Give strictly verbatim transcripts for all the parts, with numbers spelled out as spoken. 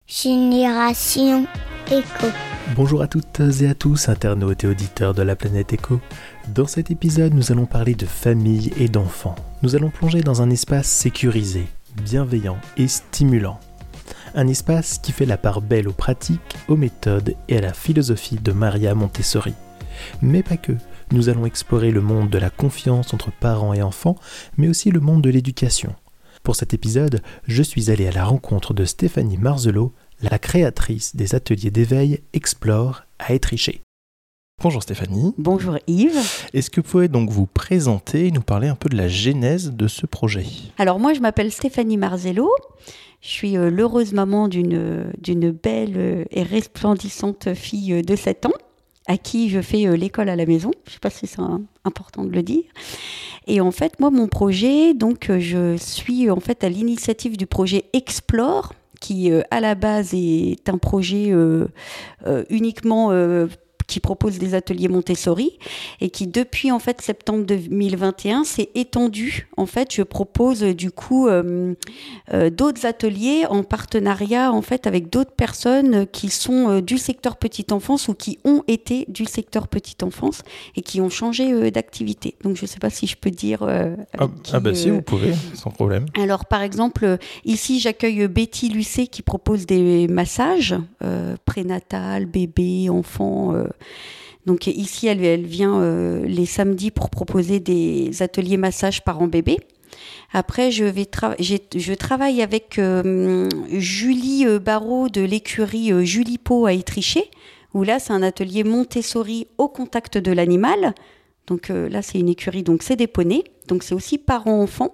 Génération Éco. Bonjour à toutes et à tous, internautes et auditeurs de la planète Éco. Dans cet épisode, nous allons parler de famille et d'enfants. Nous allons plonger dans un espace sécurisé, bienveillant et stimulant. Un espace qui fait la part belle aux pratiques, aux méthodes et à la philosophie de Maria Montessori. Mais pas que. Nous allons explorer le monde de la confiance entre parents et enfants, mais aussi le monde de l'éducation. Pour cet épisode, je suis allé à la rencontre de Stéphanie Marzelot, la créatrice des ateliers d'éveil Explore à Étriché. Bonjour Stéphanie. Bonjour Yves. Est-ce que vous pouvez donc vous présenter et nous parler un peu de la genèse de ce projet ? Alors moi je m'appelle Stéphanie Marzelot, je suis euh, l'heureuse maman d'une, d'une belle et resplendissante fille de sept ans, à qui je fais euh, l'école à la maison, je ne sais pas si c'est un, important de le dire. Et en fait, moi, mon projet, donc je suis en fait à l'initiative du projet Explore, qui euh, à la base est un projet euh, euh, uniquement euh, qui propose des ateliers Montessori et qui depuis en fait septembre deux mille vingt et un s'est étendu. En fait, je propose du coup euh, euh, d'autres ateliers en partenariat en fait avec d'autres personnes qui sont euh, du secteur petite enfance ou qui ont été du secteur petite enfance et qui ont changé euh, d'activité. Donc je ne sais pas si je peux dire. Euh, ah, qui, ah bah euh... si vous pouvez, sans problème. Alors par exemple ici j'accueille Betty Lucet qui propose des massages euh, prénatal, bébé, enfant. Euh, Donc ici, elle, elle vient euh, les samedis pour proposer des ateliers massage parents-bébés. Après, je, vais tra- je travaille avec euh, Julie Barraud de l'écurie euh, Julie Pau à Étriché, où là, c'est un atelier Montessori au contact de l'animal. Donc euh, là, c'est une écurie, donc c'est des poneys. Donc c'est aussi parents-enfants.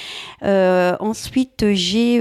Euh, ensuite, j'ai,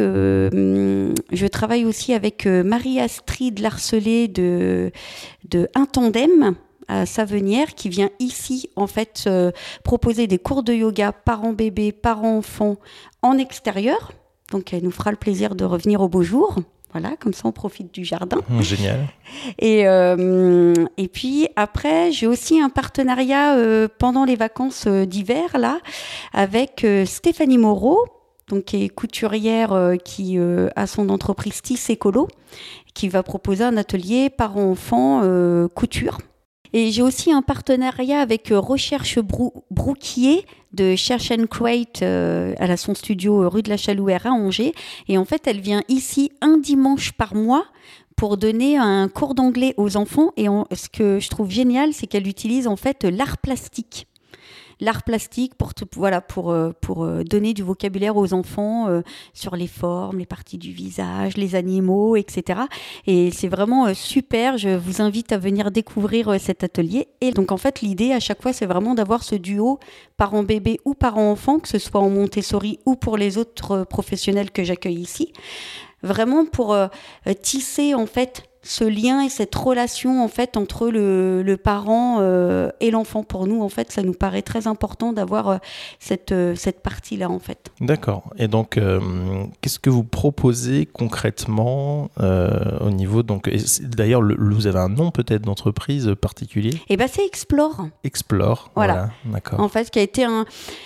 euh, je travaille aussi avec euh, Marie-Astrid Larcelet de, de Un Tandem à Savenière, qui vient ici en fait euh, proposer des cours de yoga parents-bébés, parents-enfants en extérieur. Donc elle nous fera le plaisir de revenir au beau jour. Voilà, comme ça on profite du jardin. Mmh, génial. Et, euh, et puis après, j'ai aussi un partenariat euh, pendant les vacances euh, d'hiver là, avec euh, Stéphanie Moreau, donc, qui est couturière euh, qui euh, a son entreprise Tisse Écolo, qui va proposer un atelier parents-enfants euh, couture. Et j'ai aussi un partenariat avec euh, Recherche Brou- Brouquier de Cherche and Crate. Euh, elle a son studio euh, rue de la Chalouère à Angers. Et en fait, elle vient ici un dimanche par mois pour donner un cours d'anglais aux enfants. Et on, ce que je trouve génial, c'est qu'elle utilise en fait l'art plastique. L'art plastique pour, voilà, pour, pour donner du vocabulaire aux enfants euh, sur les formes, les parties du visage, les animaux, et cetera. Et c'est vraiment super. Je vous invite à venir découvrir cet atelier. Et donc, en fait, l'idée à chaque fois, c'est vraiment d'avoir ce duo parents-bébés ou parents-enfants, que ce soit en Montessori ou pour les autres professionnels que j'accueille ici. Vraiment pour euh, tisser, en fait, ce lien et cette relation en fait entre le, le parent euh, et l'enfant. Pour nous, en fait, ça nous paraît très important d'avoir euh, cette, euh, cette partie-là, en fait. D'accord. Et donc, euh, qu'est-ce que vous proposez concrètement euh, au niveau... Donc, d'ailleurs, le, vous avez un nom peut-être d'entreprise particulier ? Eh bien, c'est Explore. Explore, voilà. voilà. D'accord. En fait, qui a été un,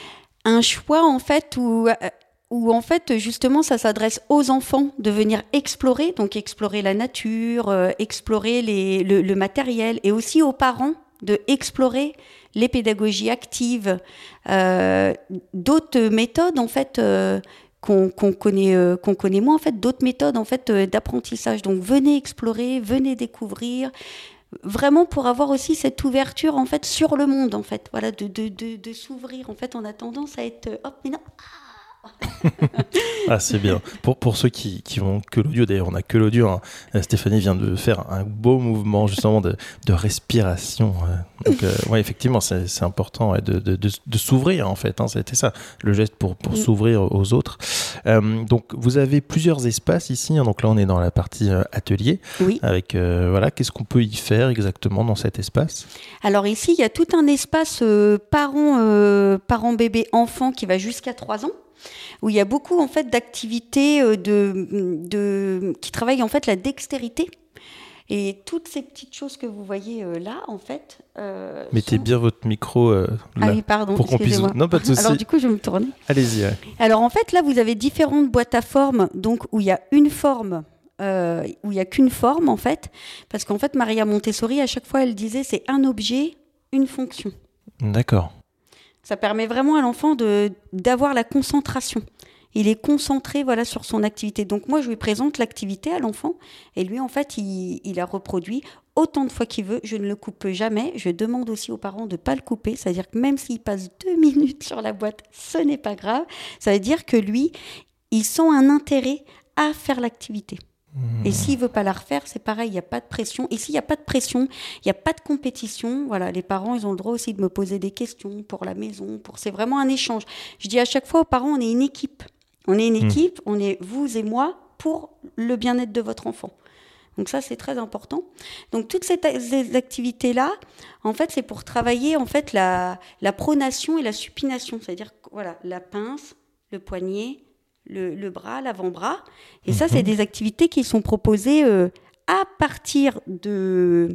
un choix, en fait, où... Euh, où en fait, justement, ça s'adresse aux enfants de venir explorer, donc explorer la nature, euh, explorer les, le, le matériel, et aussi aux parents de explorer les pédagogies actives, euh, d'autres méthodes, en fait, euh, qu'on, qu'on, connaît, euh, qu'on connaît moins, en fait, d'autres méthodes, en fait, euh, d'apprentissage. Donc, venez explorer, venez découvrir, vraiment pour avoir aussi cette ouverture, en fait, sur le monde, en fait, voilà, de, de, de, de s'ouvrir. En fait, on a tendance à être, hop, mais non, ah, c'est bien. Pour, pour ceux qui, qui ont que l'audio, d'ailleurs, on n'a que l'audio. Hein. Stéphanie vient de faire un beau mouvement, justement, de, de respiration. Donc, euh, ouais, effectivement, c'est, c'est important ouais, de, de, de, de s'ouvrir, en fait. Hein. C'était ça, le geste pour, pour mmh. s'ouvrir aux autres. Euh, donc, vous avez plusieurs espaces ici. Hein. Donc là, on est dans la partie euh, atelier. Oui. Avec, euh, voilà, qu'est-ce qu'on peut y faire exactement dans cet espace ? Alors ici, il y a tout un espace euh, parents, euh, parents, bébés, enfants qui va jusqu'à trois ans. Où il y a beaucoup en fait d'activités de, de, qui travaillent en fait la dextérité. Et toutes ces petites choses que vous voyez euh, là, en fait... Euh, Mettez sont... bien votre micro euh, là, ah oui, pardon, pour qu'on puisse... Non, pas de souci. Alors du coup, je vais me tourner. Allez-y. Ouais. Alors en fait, là, vous avez différentes boîtes à formes, donc où il y a une forme euh, où il n'y a qu'une forme, en fait. Parce qu'en fait, Maria Montessori, à chaque fois, elle disait, c'est un objet, une fonction. D'accord. Ça permet vraiment à l'enfant de, d'avoir la concentration. Il est concentré voilà, sur son activité. Donc moi, je lui présente l'activité à l'enfant. Et lui, en fait, il, il la reproduit autant de fois qu'il veut. Je ne le coupe jamais. Je demande aussi aux parents de ne pas le couper. C'est-à-dire que même s'il passe deux minutes sur la boîte, ce n'est pas grave. Ça veut dire que lui, il sent un intérêt à faire l'activité. Mmh. Et s'il ne veut pas la refaire, c'est pareil, il n'y a pas de pression. Et s'il n'y a pas de pression, il n'y a pas de compétition. Voilà, les parents, ils ont le droit aussi de me poser des questions pour la maison. Pour... C'est vraiment un échange. Je dis à chaque fois aux parents, on est une équipe. On est une équipe, mmh. on est vous et moi pour le bien-être de votre enfant. Donc ça, c'est très important. Donc toutes ces, ta- ces activités-là, en fait, c'est pour travailler en fait la, la pronation et la supination. C'est-à-dire voilà, la pince, le poignet, le, le bras, l'avant-bras. Et mmh. ça, c'est des activités qui sont proposées euh, à partir de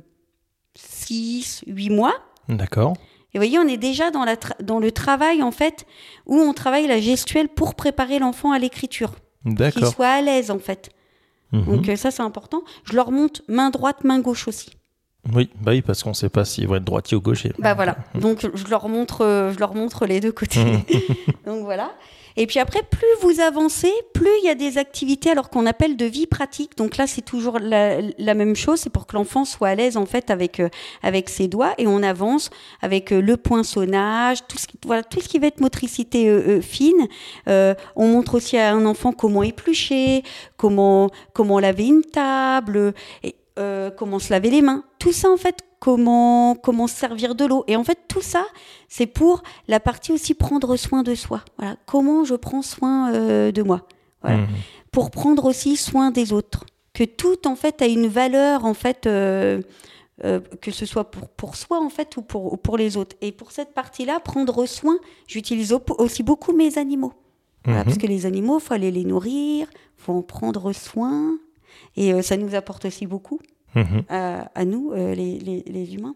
six, huit mois. D'accord. Et vous voyez, on est déjà dans, la tra- dans le travail, en fait, où on travaille la gestuelle pour préparer l'enfant à l'écriture. D'accord. Qu'il soit à l'aise, en fait. Mmh. Donc, euh, ça, c'est important. Je leur montre main droite, main gauche aussi. Oui, bah oui, parce qu'on ne sait pas s'ils vont être droitiers ou gauchers. Bah voilà. Mmh. Donc, je leur montre, euh, je leur montre les deux côtés. Donc, voilà. Et puis après, plus vous avancez, plus il y a des activités alors qu'on appelle de vie pratique. Donc là, c'est toujours la, la même chose. C'est pour que l'enfant soit à l'aise en fait avec euh, avec ses doigts. Et on avance avec euh, le poinçonnage, tout ce qui, voilà, tout ce qui va être motricité euh, euh, fine. Euh, on montre aussi à un enfant comment éplucher, comment comment laver une table, et, euh, comment se laver les mains. Tout ça en fait. Comment, comment se servir de l'eau. Et en fait, tout ça, c'est pour la partie aussi prendre soin de soi. Voilà. Comment je prends soin euh, de moi. Voilà. Mmh. Pour prendre aussi soin des autres. Que tout, en fait, a une valeur, en fait, euh, euh, que ce soit pour, pour soi, en fait, ou pour, ou pour les autres. Et pour cette partie-là, prendre soin, j'utilise aussi beaucoup mes animaux. Voilà, mmh. Parce que les animaux, il faut aller les nourrir, il faut en prendre soin. Et euh, ça nous apporte aussi beaucoup. Mmh. À, à nous, euh, les, les, les humains.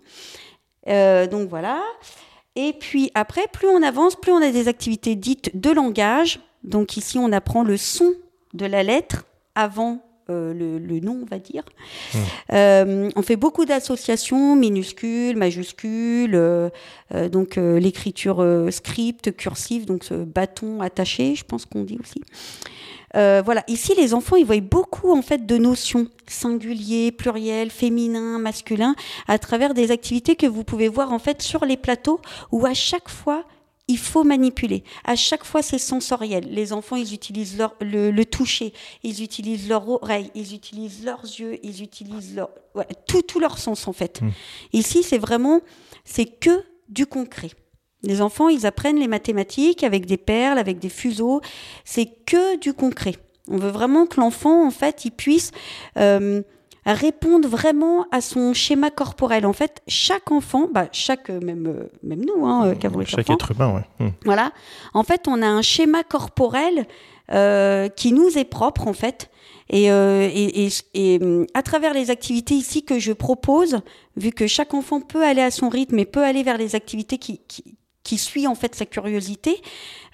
Euh, donc voilà. Et puis après, plus on avance, plus on a des activités dites de langage. Donc ici, on apprend le son de la lettre avant euh, le, le nom, on va dire. Mmh. Euh, on fait beaucoup d'associations, minuscules, majuscules, euh, euh, donc euh, l'écriture euh, script, cursive, donc ce bâton attaché, je pense qu'on dit aussi. Euh, voilà, ici les enfants ils voient beaucoup en fait de notions singulier, pluriel, féminin, masculin à travers des activités que vous pouvez voir en fait sur les plateaux où à chaque fois il faut manipuler. À chaque fois c'est sensoriel. Les enfants ils utilisent leur, le, le toucher, ils utilisent leurs oreilles, ils utilisent leurs yeux, ils utilisent leur ouais, tout tout leur sens en fait. Mmh. Ici c'est vraiment c'est que du concret. Les enfants, ils apprennent les mathématiques avec des perles, avec des fuseaux. C'est que du concret. On veut vraiment que l'enfant, en fait, il puisse euh, répondre vraiment à son schéma corporel. En fait, chaque enfant, bah, chaque, même, même nous, hein, mmh, chaque enfant, être humain, ouais. Mmh. Voilà. En fait, on a un schéma corporel euh, qui nous est propre, en fait. Et, euh, et, et, et à travers les activités ici que je propose, vu que chaque enfant peut aller à son rythme et peut aller vers les activités qui, qui qui suit en fait sa curiosité,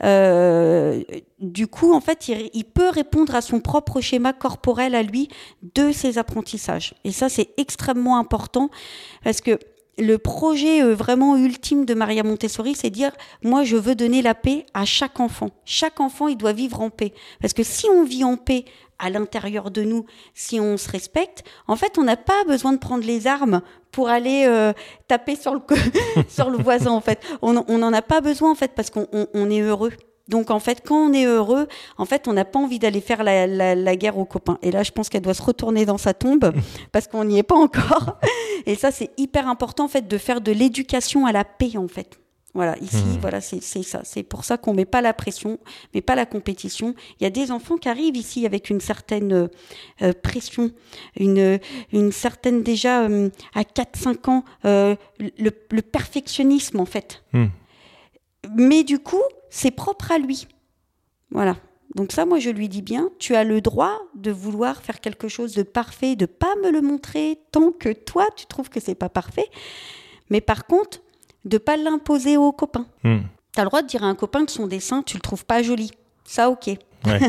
euh, du coup en fait il, il peut répondre à son propre schéma corporel à lui de ses apprentissages. Et ça c'est extrêmement important parce que le projet euh, vraiment ultime de Maria Montessori, c'est dire moi je veux donner la paix à chaque enfant. Chaque enfant il doit vivre en paix parce que si on vit en paix à l'intérieur de nous, si on se respecte, en fait, on n'a pas besoin de prendre les armes pour aller euh, taper sur le, sur le voisin, en fait. On n'en a pas besoin, en fait, parce qu'on on, on est heureux. Donc, en fait, quand on est heureux, en fait, on n'a pas envie d'aller faire la, la, la guerre aux copains. Et là, je pense qu'elle doit se retourner dans sa tombe parce qu'on n'y est pas encore. Et ça, c'est hyper important, en fait, de faire de l'éducation à la paix, en fait. Voilà, ici, mmh. voilà, c'est, c'est ça. C'est pour ça qu'on met pas la pression, mais pas la compétition. Il y a des enfants qui arrivent ici avec une certaine euh, pression, une, une certaine déjà, euh, à quatre cinq ans, euh, le, le perfectionnisme, en fait. Mmh. Mais du coup, c'est propre à lui. Voilà. Donc ça, moi, je lui dis bien, tu as le droit de vouloir faire quelque chose de parfait, de pas me le montrer tant que toi, tu trouves que c'est pas parfait. Mais par contre, de pas l'imposer aux copains. Mmh. Tu as le droit de dire à un copain que son dessin, tu le trouves pas joli. Ça, ok. Ouais.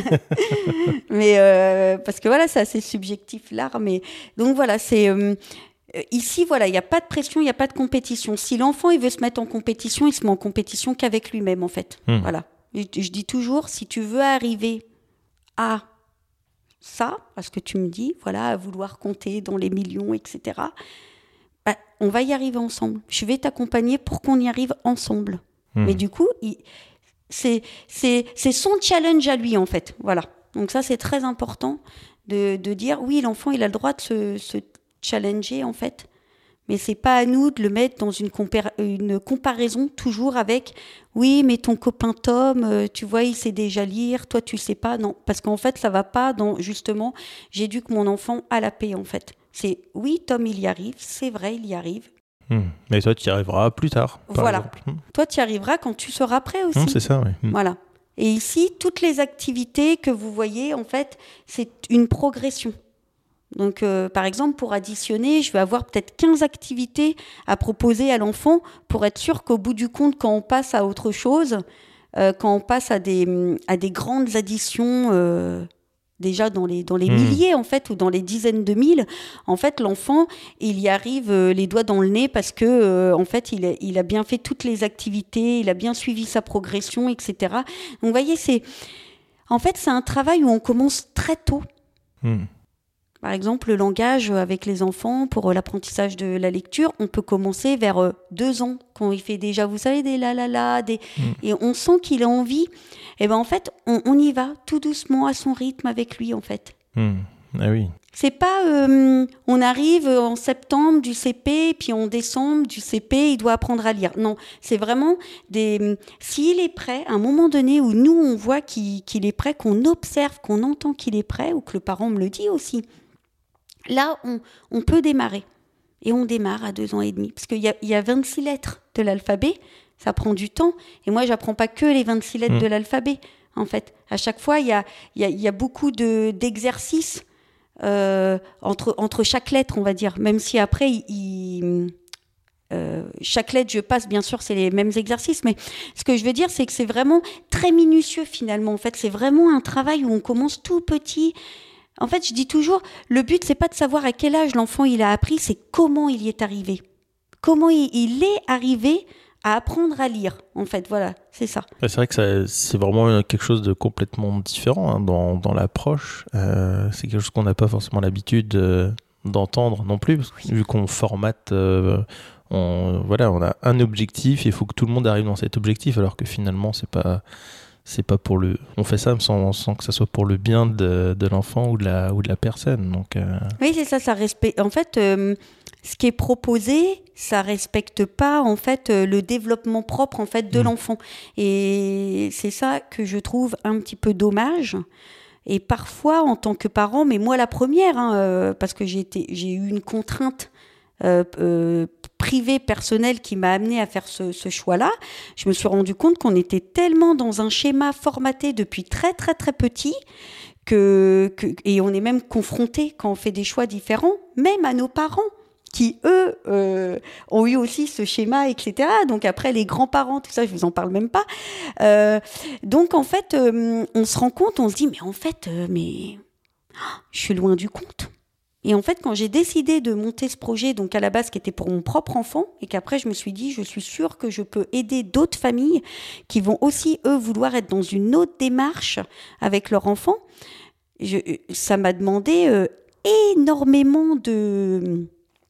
mais euh, parce que voilà, c'est assez subjectif l'art. Mais donc voilà, c'est euh, ici voilà, il n'y a pas de pression, il n'y a pas de compétition. Si l'enfant il veut se mettre en compétition, il se met en compétition qu'avec lui-même en fait. Mmh. Voilà. Je, je dis toujours, si tu veux arriver à ça, parce que tu me dis, voilà, à vouloir compter dans les millions, et cetera. Bah, on va y arriver ensemble. Je vais t'accompagner pour qu'on y arrive ensemble. Mmh. Mais du coup, il, c'est, c'est, c'est son challenge à lui, en fait. Voilà. Donc ça, c'est très important de, de dire, oui, l'enfant, il a le droit de se, se challenger, en fait. Mais c'est pas à nous de le mettre dans une, compar- une comparaison toujours avec « oui, mais ton copain Tom, euh, tu vois, il sait déjà lire, toi, tu sais pas. » Non, parce qu'en fait, ça va pas dans, justement, j'éduque mon enfant à la paix, en fait. C'est « oui, Tom, il y arrive, c'est vrai, il y arrive. Mmh. » Mais toi, tu y arriveras plus tard, par voilà. exemple. Mmh. Toi, tu y arriveras quand tu seras prêt aussi. Mmh, c'est ça, oui. Mmh. Voilà. Et ici, toutes les activités que vous voyez, en fait, c'est une progression. Donc, euh, par exemple, pour additionner, je vais avoir peut-être quinze activités à proposer à l'enfant pour être sûr qu'au bout du compte, quand on passe à autre chose, euh, quand on passe à des, à des grandes additions, euh, déjà dans les, dans les mmh. milliers, en fait, ou dans les dizaines de mille, en fait, l'enfant, il y arrive euh, les doigts dans le nez parce que, euh, en fait, il a, il a bien fait toutes les activités, il a bien suivi sa progression, et cetera. Donc, vous voyez, c'est... En fait, c'est un travail où on commence très tôt. Mmh. Par exemple, le langage avec les enfants, pour l'apprentissage de la lecture, on peut commencer vers euh, deux ans, quand il fait déjà, vous savez, des la la la, des... Mmh. et on sent qu'il a envie. Et ben en fait, on, on y va tout doucement, à son rythme, avec lui, en fait. Mmh. Ah oui. C'est pas, euh, on arrive en septembre du C P, puis en décembre du C P, il doit apprendre à lire. Non, c'est vraiment des... S'il est prêt, à un moment donné où nous, on voit qu'il, qu'il est prêt, qu'on observe, qu'on entend qu'il est prêt, ou que le parent me le dit aussi, là, on, on peut démarrer. Et on démarre à deux ans et demi. Parce qu'il y a, il y a vingt-six lettres de l'alphabet, ça prend du temps. Et moi, je n'apprends pas que les vingt-six lettres mmh. de l'alphabet, en fait. À chaque fois, il y a, il y a, il y a beaucoup de, d'exercices euh, entre, entre chaque lettre, on va dire. Même si après, il, il, euh, chaque lettre, je passe, bien sûr, c'est les mêmes exercices. Mais ce que je veux dire, c'est que c'est vraiment très minutieux, finalement. En fait, c'est vraiment un travail où on commence tout petit. En fait, je dis toujours, le but, c'est pas de savoir à quel âge l'enfant il a appris, c'est comment il y est arrivé. Comment il, il est arrivé à apprendre à lire, en fait. Voilà, c'est ça. C'est vrai que ça, c'est vraiment quelque chose de complètement différent hein, dans, dans l'approche. Euh, c'est quelque chose qu'on n'a pas forcément l'habitude euh, d'entendre non plus, parce que, oui. vu qu'on formate... Euh, on, voilà, on a un objectif, il faut que tout le monde arrive dans cet objectif, alors que finalement, c'est pas... C'est pas pour le. On fait ça sans, sans que ça soit pour le bien de, de l'enfant ou de la ou de la personne. Donc. Euh... Oui, c'est ça. Ça respecte. En fait, euh, ce qui est proposé, ça respecte pas en fait euh, le développement propre en fait de mmh. l'enfant. Et c'est ça que je trouve un petit peu dommage. Et parfois, en tant que parent, mais moi la première, hein, euh, parce que j'ai été, j'ai eu une contrainte. Euh, euh, privée, personnelle qui m'a amenée à faire ce, ce choix-là, je me suis rendu compte qu'on était tellement dans un schéma formaté depuis très très très petit que, que et on est même confronté quand on fait des choix différents, même à nos parents qui eux euh, ont eu aussi ce schéma, et cetera. Donc après les grands-parents, tout ça, je vous en parle même pas. Euh, donc en fait, euh, on se rend compte, on se dit mais en fait, euh, mais oh, je suis loin du compte. Et en fait, quand j'ai décidé de monter ce projet, donc à la base qui était pour mon propre enfant, et qu'après je me suis dit, je suis sûre que je peux aider d'autres familles qui vont aussi, eux, vouloir être dans une autre démarche avec leur enfant, je, ça m'a demandé euh, énormément de,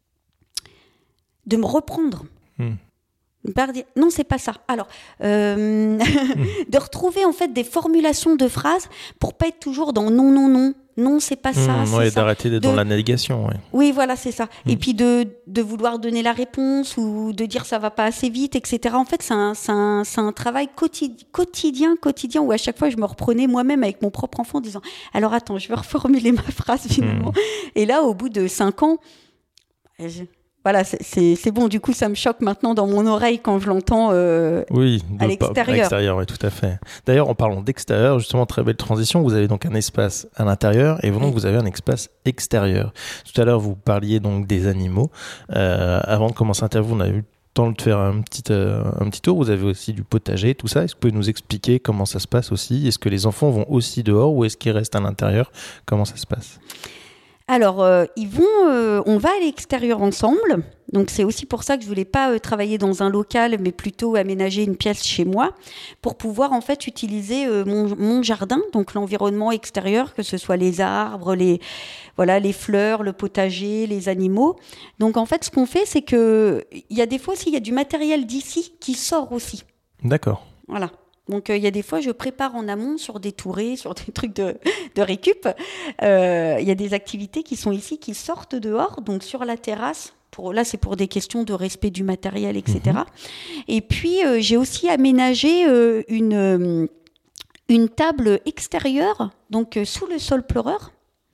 de me reprendre. Mmh. Par dire, non, c'est pas ça. Alors, euh, mmh. de retrouver en fait des formulations de phrases pour pas être toujours dans non, non, non. Non, c'est pas ça. Mmh, c'est ouais, ça. d'arrêter d'être de... dans la négation. Ouais. Oui, voilà, c'est ça. Mmh. Et puis de, de vouloir donner la réponse ou de dire ça va pas assez vite, et cetera. En fait, c'est un, c'est un, c'est un travail quotidien, quotidien, quotidien, où à chaque fois, je me reprenais moi-même avec mon propre enfant en disant « Alors attends, je vais reformuler ma phrase finalement. Mmh. » Et là, au bout de cinq ans, je... Voilà, c'est, c'est, c'est bon, du coup, ça me choque maintenant dans mon oreille quand je l'entends euh, oui, à l'extérieur. À l'extérieur, oui, tout à fait. D'ailleurs, en parlant d'extérieur, justement, très belle transition, vous avez donc un espace à l'intérieur et donc oui. vous avez un espace extérieur. Tout à l'heure, vous parliez donc des animaux. Euh, avant de commencer l'interview, on a eu temps de faire un petit, euh, un petit tour. Vous avez aussi du potager, tout ça. Est-ce que vous pouvez nous expliquer comment ça se passe aussi ? Est-ce que les enfants vont aussi dehors ou est-ce qu'ils restent à l'intérieur ? Comment ça se passe ? Alors, euh, ils vont, euh, on va à l'extérieur ensemble. Donc, c'est aussi pour ça que je voulais pas euh, travailler dans un local, mais plutôt aménager une pièce chez moi pour pouvoir en fait utiliser euh, mon, mon jardin, donc l'environnement extérieur, que ce soit les arbres, les voilà, les fleurs, le potager, les animaux. Donc, en fait, ce qu'on fait, c'est que il y a des fois aussi, il y a du matériel d'ici qui sort aussi. D'accord. Voilà. Donc, il euh, y a des fois, je prépare en amont sur des tourées, sur des trucs de, de récup. Il euh, y a des activités qui sont ici, qui sortent dehors, donc sur la terrasse. Pour, là, c'est pour des questions de respect du matériel, et cetera. Mmh. Et puis, euh, j'ai aussi aménagé euh, une, euh, une table extérieure, donc euh, sous le sol pleureur,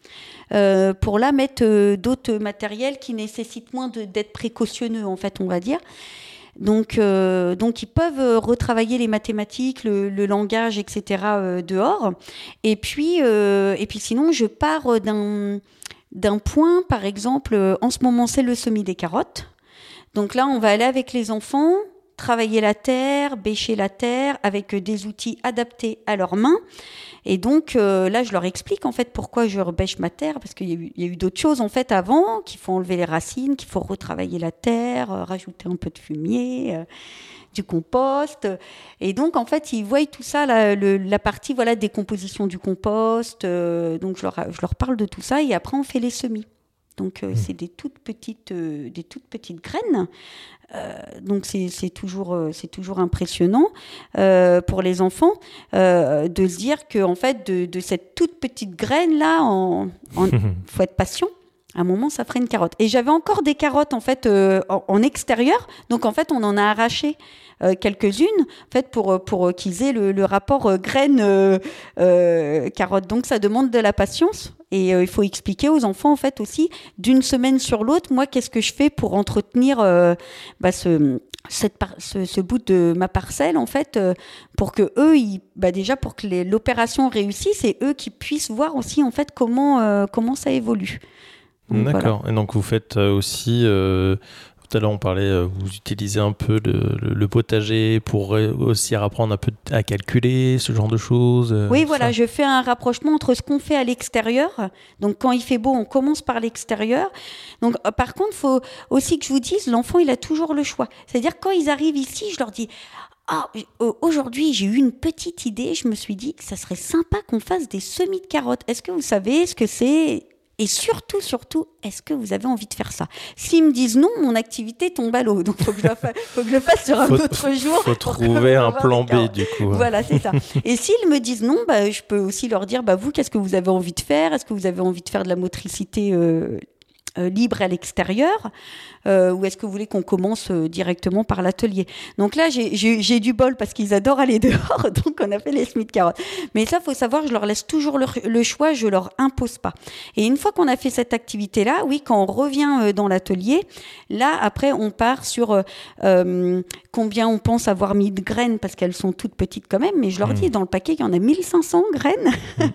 euh, pour là mettre euh, d'autres matériels qui nécessitent moins de, d'être précautionneux, en fait, on va dire. Donc, euh, donc, ils peuvent retravailler les mathématiques, le, le langage, et cetera euh, dehors. Et puis, euh, et puis, sinon, je pars d'un, d'un point, par exemple, en ce moment, c'est le semis des carottes. Donc là, on va aller avec les enfants, travailler la terre, bêcher la terre avec des outils adaptés à leurs mains. Et donc euh, là, je leur explique en fait pourquoi je rebêche ma terre, parce qu'il y a eu, il y a eu d'autres choses en fait avant, qu'il faut enlever les racines, qu'il faut retravailler la terre, euh, rajouter un peu de fumier, euh, du compost. Et donc en fait, ils voient tout ça, la, le, la partie voilà décomposition du compost. Euh, donc je leur, je leur parle de tout ça et après on fait les semis. Donc euh, mmh. c'est des toutes petites, euh, des toutes petites graines. Euh, donc c'est, c'est, toujours, euh, c'est toujours impressionnant euh, pour les enfants euh, de se dire que en fait de, de cette toute petite graine là, en, en faut être patient. À un moment, ça ferait une carotte. Et j'avais encore des carottes en fait euh, en, en extérieur. Donc en fait, on en a arraché euh, quelques-unes en fait pour pour qu'ils aient le, le rapport euh, graine euh, euh, carotte. Donc ça demande de la patience. Et euh, il faut expliquer aux enfants en fait aussi d'une semaine sur l'autre. Moi, qu'est-ce que je fais pour entretenir euh, bah, ce Cette par- ce, ce bout de ma parcelle en fait euh, pour que eux ils, bah déjà pour que les, l'opération réussisse et eux qui puissent voir aussi en fait comment euh, comment ça évolue. Donc, d'accord. Voilà. Et donc vous faites aussi euh, tout à l'heure on parlait euh, vous utilisez un peu le, le, le potager pour aussi apprendre un peu à calculer ce genre de choses. Euh, oui voilà, ça. je fais un rapprochement entre ce qu'on fait à l'extérieur. Donc quand il fait beau, on commence par l'extérieur. Donc euh, par contre, faut aussi que je vous dise, l'enfant il a toujours le choix. C'est-à-dire quand ils arrivent ici, je leur dis ah, aujourd'hui, j'ai eu une petite idée. Je me suis dit que ça serait sympa qu'on fasse des semis de carottes. Est-ce que vous savez ce que c'est ? Et surtout, surtout, est-ce que vous avez envie de faire ça ? S'ils me disent non, mon activité tombe à l'eau. Donc, il faut que je le fasse, faut que je le fasse sur un faut, autre jour. Il faut trouver un plan B, du coup. Voilà, c'est ça. Et s'ils me disent non, bah, je peux aussi leur dire, bah, vous, qu'est-ce que vous avez envie de faire ? Est-ce que vous avez envie de faire de la motricité euh, euh, libre à l'extérieur euh, ou est-ce que vous voulez qu'on commence euh, directement par l'atelier ? Donc là, j'ai, j'ai, j'ai du bol parce qu'ils adorent aller dehors, donc on a fait les semis de carottes. Mais ça, il faut savoir, je leur laisse toujours le, le choix, je leur impose pas. Et une fois qu'on a fait cette activité-là, oui, quand on revient euh, dans l'atelier, là, après, on part sur euh, euh, combien on pense avoir mis de graines, parce qu'elles sont toutes petites quand même, mais je leur mmh. dis, dans le paquet, il y en a mille cinq cents graines. Mmh.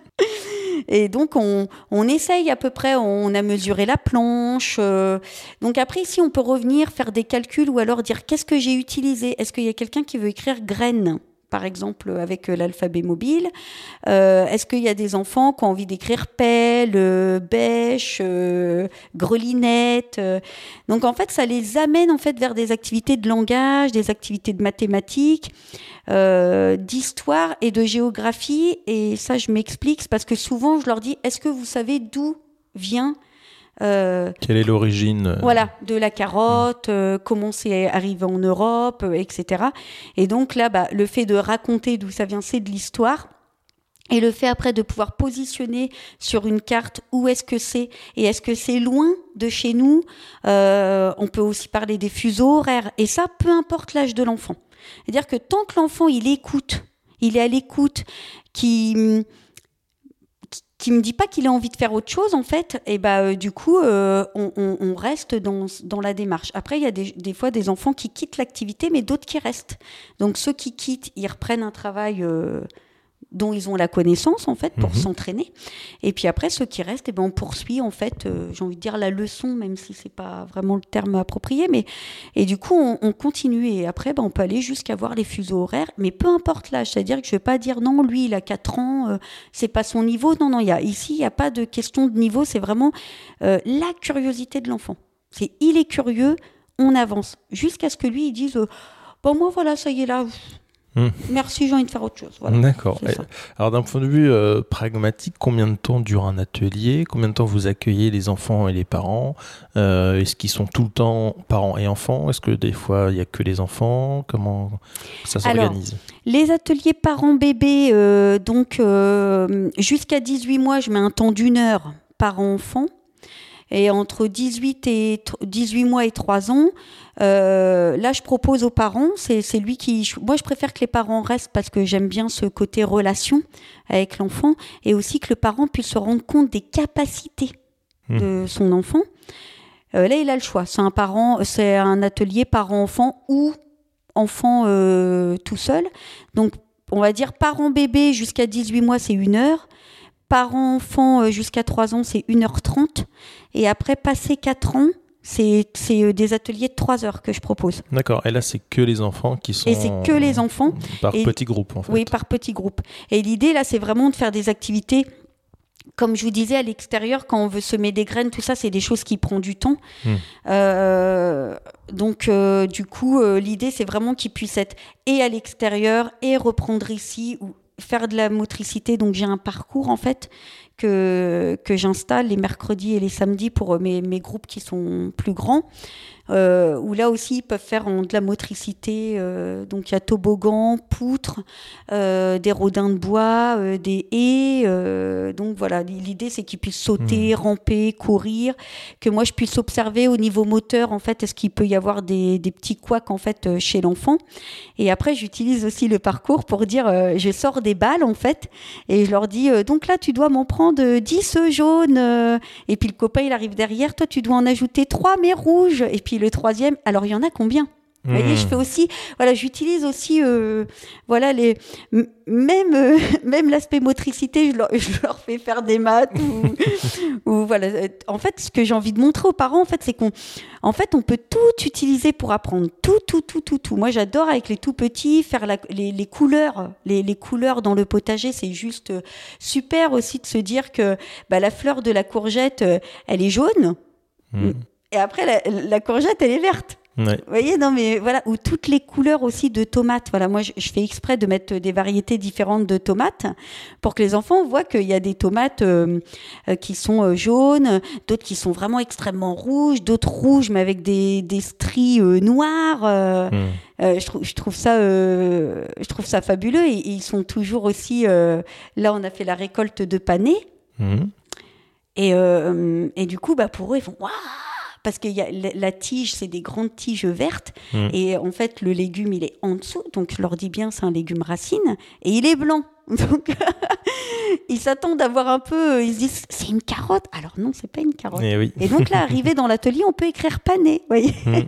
Et donc, on, on essaye à peu près, on a mesuré la planche. Euh, donc après, ici, on peut revenir, faire des calculs ou alors dire qu'est-ce que j'ai utilisé ? Est-ce qu'il y a quelqu'un qui veut écrire graines ? Par exemple, avec l'alphabet mobile. Euh, est-ce qu'il y a des enfants qui ont envie d'écrire pelle, euh, bêche, euh, grelinette euh. Donc, en fait, ça les amène en fait vers des activités de langage, des activités de mathématiques, euh, d'histoire et de géographie. Et ça, je m'explique, c'est parce que souvent, je leur dis, est-ce que vous savez d'où vient Euh, Quelle est l'origine Voilà, de la carotte, euh, comment c'est arrivé en Europe, euh, et cetera. Et donc là, bah, le fait de raconter d'où ça vient, c'est de l'histoire. Et le fait après de pouvoir positionner sur une carte où est-ce que c'est et est-ce que c'est loin de chez nous. Euh, on peut aussi parler des fuseaux horaires. Et ça, peu importe l'âge de l'enfant. C'est-à-dire que tant que l'enfant, il écoute, il est à l'écoute, qui... qui me dit pas qu'il a envie de faire autre chose en fait, et bah euh, du coup euh, on, on, on reste dans dans la démarche. Après il y a des des fois des enfants qui quittent l'activité, mais d'autres qui restent. Donc ceux qui quittent, ils reprennent un travail euh, dont ils ont la connaissance en fait pour mmh. s'entraîner, et puis après ceux qui restent, et ben on poursuit en fait, euh, j'ai envie de dire la leçon, même si c'est pas vraiment le terme approprié, mais et du coup on, on continue, et après ben on peut aller jusqu'à voir les fuseaux horaires, mais peu importe l'âge, c'est-à-dire que je vais pas dire non lui il a quatre ans, euh, c'est pas son niveau, non non, il y a ici il y a pas de question de niveau, c'est vraiment euh, la curiosité de l'enfant, c'est il est curieux, on avance jusqu'à ce que lui il dise euh, bon moi voilà ça y est là. Mmh. Merci, j'ai envie de faire autre chose. Voilà, d'accord. Alors d'un point de vue euh, pragmatique, combien de temps dure un atelier ? Combien de temps vous accueillez les enfants et les parents ? euh, Est-ce qu'ils sont tout le temps parents et enfants ? Est-ce que des fois il n'y a que les enfants ? Comment ça s'organise ? Alors, les ateliers parents-bébés, euh, donc euh, jusqu'à dix-huit mois, je mets un temps d'une heure par enfant. Et entre dix-huit, et, dix-huit mois et trois ans, euh, là, je propose aux parents, c'est, c'est lui qui... Moi, je préfère que les parents restent parce que j'aime bien ce côté relation avec l'enfant, et aussi que le parent puisse se rendre compte des capacités mmh. de son enfant. Euh, là, il a le choix. C'est un, parent, c'est un atelier parent-enfant ou enfant euh, tout seul. Donc, on va dire parent-bébé jusqu'à dix-huit mois, c'est une heure. Parents-enfants jusqu'à trois ans, c'est une heure trente. Et après, passé quatre ans, c'est, c'est des ateliers de trois heures que je propose. D'accord. Et là, c'est que les enfants qui sont... Et c'est que les enfants. Par et, petits groupes, en fait. Oui, par petits groupes. Et l'idée, là, c'est vraiment de faire des activités... Comme je vous disais, à l'extérieur, quand on veut semer des graines, tout ça, c'est des choses qui prennent du temps. Mmh. Euh, donc, euh, du coup, euh, l'idée, c'est vraiment qu'ils puissent être et à l'extérieur et reprendre ici ou faire de la motricité. Donc, j'ai un parcours, en fait, que, que j'installe les mercredis et les samedis pour mes, mes groupes qui sont plus grands. Euh, où là aussi ils peuvent faire en, de la motricité, euh, donc il y a toboggan, poutre, euh, des rodins de bois, euh, des haies, euh, donc voilà, l'idée c'est qu'ils puissent sauter, mmh. ramper, courir, que moi je puisse observer au niveau moteur en fait, est-ce qu'il peut y avoir des, des petits couacs en fait chez l'enfant, et après j'utilise aussi le parcours pour dire, euh, je sors des balles en fait, et je leur dis, euh, donc là tu dois m'en prendre dix jaunes, euh, et puis le copain il arrive derrière, toi tu dois en ajouter trois mais rouges, et puis le troisième, alors il y en a combien ? Vous voyez, je fais aussi, voilà, j'utilise aussi, euh, voilà, les, m- même, euh, même l'aspect motricité, je leur, je leur fais faire des maths ou, ou voilà. En fait, ce que j'ai envie de montrer aux parents, en fait, c'est qu'on, en fait, on peut tout utiliser pour apprendre, tout, tout, tout, tout, tout. Moi, j'adore avec les tout petits faire la, les, les couleurs, les, les couleurs dans le potager, c'est juste super aussi de se dire que bah, la fleur de la courgette, elle est jaune. Mmh. Et après, la, la courgette, elle est verte. Ouais. Vous voyez, non, mais voilà, ou toutes les couleurs aussi de tomates. Voilà, moi, je, je fais exprès de mettre des variétés différentes de tomates pour que les enfants voient qu'il y a des tomates euh, euh, qui sont euh, jaunes, d'autres qui sont vraiment extrêmement rouges, d'autres rouges, mais avec des, des stries euh, noires. Euh, mmh. euh, je, trouve, je, trouve ça, euh, je trouve ça fabuleux. Et, et ils sont toujours aussi... Euh, là, on a fait la récolte de panais. Mmh. Et, euh, et du coup, bah, pour eux, ils font « Waouh !» Parce que y a, la tige, c'est des grandes tiges vertes. Mmh. Et en fait, le légume, il est en dessous. Donc, je leur dis bien, c'est un légume racine. Et il est blanc. Donc, ils s'attendent à voir un peu... Ils se disent, c'est une carotte. Alors non, c'est pas une carotte. Et, oui. Et donc là, arrivé dans l'atelier, on peut écrire pané. Vous voyez. Mmh.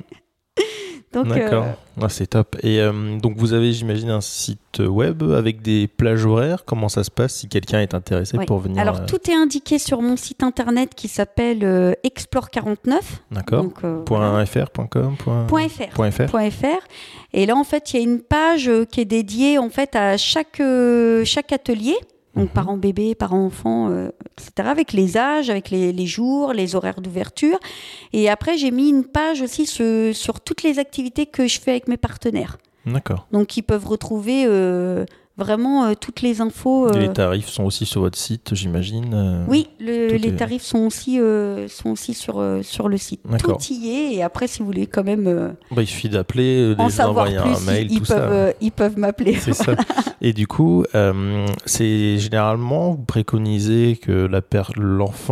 Donc, D'accord, euh... ah, c'est top. Et euh, donc vous avez, j'imagine, un site web avec des plages horaires. Comment ça se passe si quelqu'un est intéressé oui. pour venir Alors euh... tout est indiqué sur mon site internet qui s'appelle euh, Explore quarante-neuf. D'accord. Donc, euh, voilà. .fr, .com, point... .fr. Point .fr. .fr. Et là en fait il y a une page euh, qui est dédiée en fait à chaque euh, chaque atelier. Donc, mmh. parents bébés, parents enfants, euh, et cetera, avec les âges, avec les, les jours, les horaires d'ouverture. Et après, j'ai mis une page aussi sur, sur toutes les activités que je fais avec mes partenaires. D'accord. Donc, ils peuvent retrouver euh, vraiment euh, toutes les infos. Euh... Et les tarifs sont aussi sur votre site, j'imagine euh, Oui, le, les est... tarifs sont aussi, euh, sont aussi sur, euh, sur le site. D'accord. Tout y est. Et après, si vous voulez quand même... Euh, bah, il suffit d'appeler, d'envoyer un mail, ils, tout ils peuvent, ça. Euh, ils peuvent m'appeler. C'est ça. Et du coup, euh, c'est généralement, vous préconisez que la per- l'enfant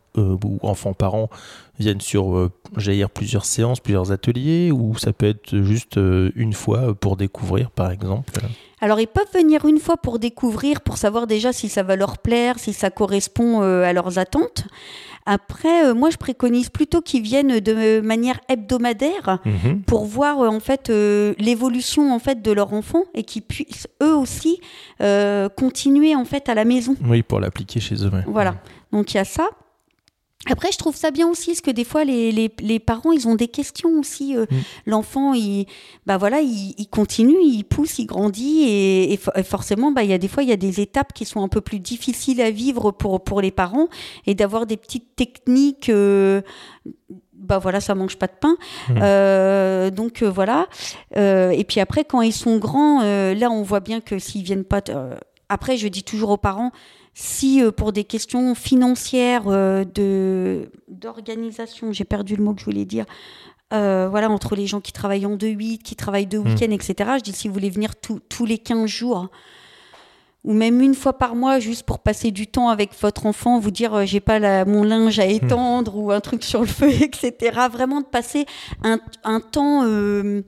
euh, ou enfants-parents viennent sur, euh, j'allais dire, plusieurs séances, plusieurs ateliers, ou ça peut être juste euh, une fois pour découvrir, par exemple? Alors, ils peuvent venir une fois pour découvrir, pour savoir déjà si ça va leur plaire, si ça correspond euh, à leurs attentes. Après, euh, moi, je préconise plutôt qu'ils viennent de manière hebdomadaire mmh. pour voir euh, en fait euh, l'évolution en fait de leur enfant et qu'ils puissent eux aussi euh, continuer en fait à la maison. Oui, pour l'appliquer chez eux. Ouais. Voilà. Donc il y a ça. Après, je trouve ça bien aussi, parce que des fois, les, les, les parents, ils ont des questions aussi. Euh, mmh. L'enfant, il, bah voilà, il, il continue, il pousse, il grandit, et, et, for- et forcément, bah, il y a des fois, il y a des étapes qui sont un peu plus difficiles à vivre pour, pour les parents, et d'avoir des petites techniques... Euh, bah voilà, ça mange pas de pain. Mmh. Euh, donc euh, voilà. Euh, et puis après, quand ils sont grands, euh, là, on voit bien que s'ils viennent pas... T- euh, après, je dis toujours aux parents... Si euh, pour des questions financières, euh, de, d'organisation, j'ai perdu le mot que je voulais dire, euh, voilà, entre les gens qui travaillent en deux huit, qui travaillent deux week-ends, mmh. et cetera, je dis si vous voulez venir tout, tous les quinze jours, ou même une fois par mois, juste pour passer du temps avec votre enfant, vous dire euh, j'ai pas la, mon linge à étendre, mmh. ou un truc sur le feu, et cetera. Vraiment de passer un, un temps... Euh,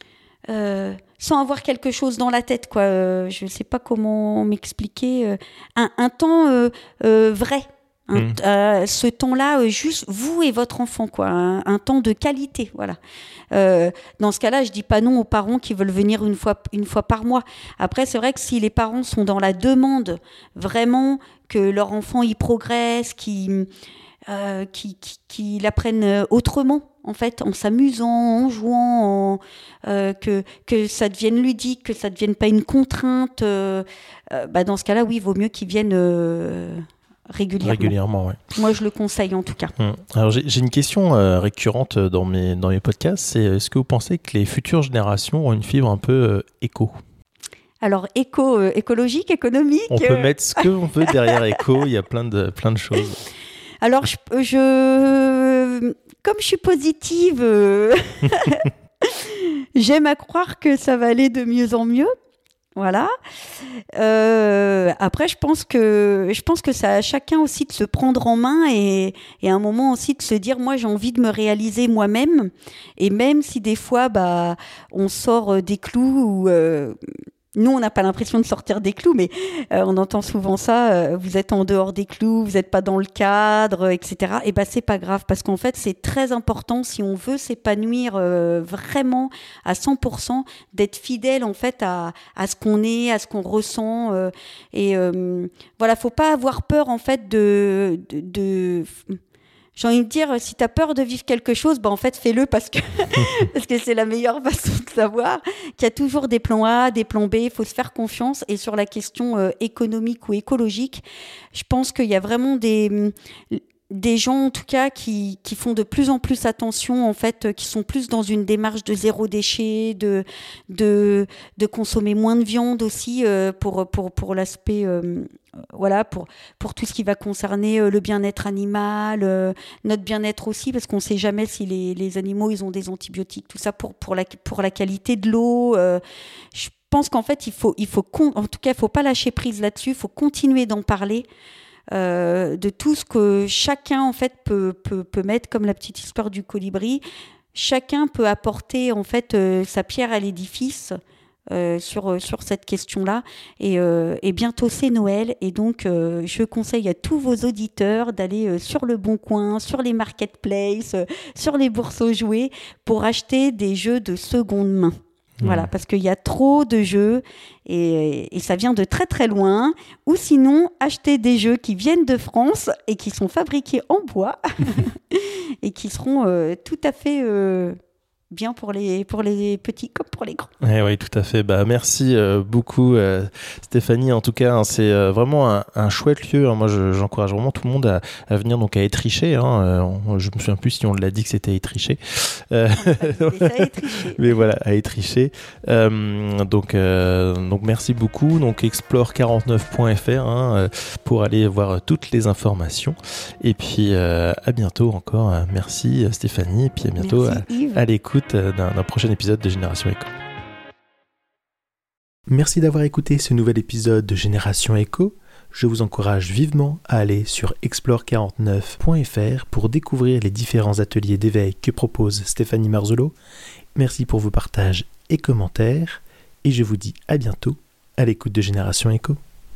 euh, sans avoir quelque chose dans la tête, quoi. Euh, je ne sais pas comment m'expliquer. Euh, un, un temps euh, euh, vrai. Un, mmh. euh, ce temps-là, euh, juste vous et votre enfant, quoi. Un, un temps de qualité, voilà. Euh, dans ce cas-là, je dis pas non aux parents qui veulent venir une fois, une fois par mois. Après, c'est vrai que si les parents sont dans la demande, vraiment, que leur enfant y progresse, qu'ils euh, qui, qui, qui l'apprennent autrement, en fait, en s'amusant, en jouant, en, euh, que, que ça devienne ludique, que ça devienne pas une contrainte, euh, euh, bah dans ce cas-là, oui, il vaut mieux qu'ils viennent euh, régulièrement. Régulièrement, oui. Moi, je le conseille en tout cas. Hum. Alors, j'ai, j'ai une question euh, récurrente dans mes, dans mes podcasts, c'est est-ce que vous pensez que les futures générations ont une fibre un peu euh, éco ? Alors, éco, euh, écologique, économique... On peut euh... mettre ce qu'on veut derrière éco, il y a plein de, plein de choses. Alors, je, je, comme je suis positive, euh, j'aime à croire que ça va aller de mieux en mieux. Voilà. Euh, après, je pense que je pense que ça a chacun aussi de se prendre en main et, et à un moment aussi de se dire, moi, j'ai envie de me réaliser moi-même. Et même si des fois, bah, on sort des clous ou euh, nous, on n'a pas l'impression de sortir des clous, mais euh, on entend souvent ça, euh, vous êtes en dehors des clous, vous n'êtes pas dans le cadre, et cetera. Et bien, c'est pas grave, parce qu'en fait, c'est très important, si on veut s'épanouir euh, vraiment à cent pour cent, d'être fidèle, en fait, à, à ce qu'on est, à ce qu'on ressent. Euh, et euh, voilà, faut pas avoir peur, en fait, de... de, de J'ai envie de dire, si tu as peur de vivre quelque chose, bah en fait, fais-le parce que, parce que c'est la meilleure façon de savoir qu'il y a toujours des plans A, des plans B, il faut se faire confiance. Et sur la question euh, économique ou écologique, je pense qu'il y a vraiment des, des gens, en tout cas, qui, qui font de plus en plus attention, en fait, qui sont plus dans une démarche de zéro déchet, de, de, de consommer moins de viande aussi euh, pour, pour, pour l'aspect... Euh, Voilà, pour, pour tout ce qui va concerner euh, le bien-être animal, euh, notre bien-être aussi, parce qu'on ne sait jamais si les, les animaux ils ont des antibiotiques, tout ça pour, pour, la, pour la qualité de l'eau. Euh, je pense qu'en fait, il faut, il faut con, en tout cas, il ne faut pas lâcher prise là-dessus, il faut continuer d'en parler. Euh, de tout ce que chacun en fait peut, peut, peut mettre, comme la petite histoire du colibri. Chacun peut apporter en fait euh, sa pierre à l'édifice. Euh, sur, sur cette question-là et, euh, et bientôt c'est Noël et donc euh, je conseille à tous vos auditeurs d'aller euh, sur le Bon Coin, sur les marketplaces, euh, sur les bourses aux jouets pour acheter des jeux de seconde main. Mmh. Voilà, parce qu'il y a trop de jeux et, et ça vient de très très loin. Ou sinon, acheter des jeux qui viennent de France et qui sont fabriqués en bois et qui seront euh, tout à fait... Euh, bien pour les, pour les petits comme pour les grands. Eh oui, tout à fait. Bah, merci euh, beaucoup euh, Stéphanie. En tout cas, hein, c'est euh, vraiment un, un chouette lieu. Hein. Moi, je, j'encourage vraiment tout le monde à, à venir donc à Étriché. Hein. Euh, on, je me souviens plus si on l'a dit que c'était Étriché. Euh, c'est à Étriché. Mais voilà, à Étriché. Euh, donc, euh, donc, merci beaucoup. Donc, explore quarante-neuf point f r hein, pour aller voir toutes les informations. Et puis, euh, à bientôt encore. Merci Stéphanie. Et puis, à bientôt à, à l'écoute D'un, d'un prochain épisode de Génération Éco. Merci d'avoir écouté ce nouvel épisode de Génération Éco. Je vous encourage vivement à aller sur explore quarante-neuf point f r pour découvrir les différents ateliers d'éveil que propose Stéphanie Marzolo. Merci pour vos partages et commentaires, et je vous dis à bientôt à l'écoute de Génération Echo.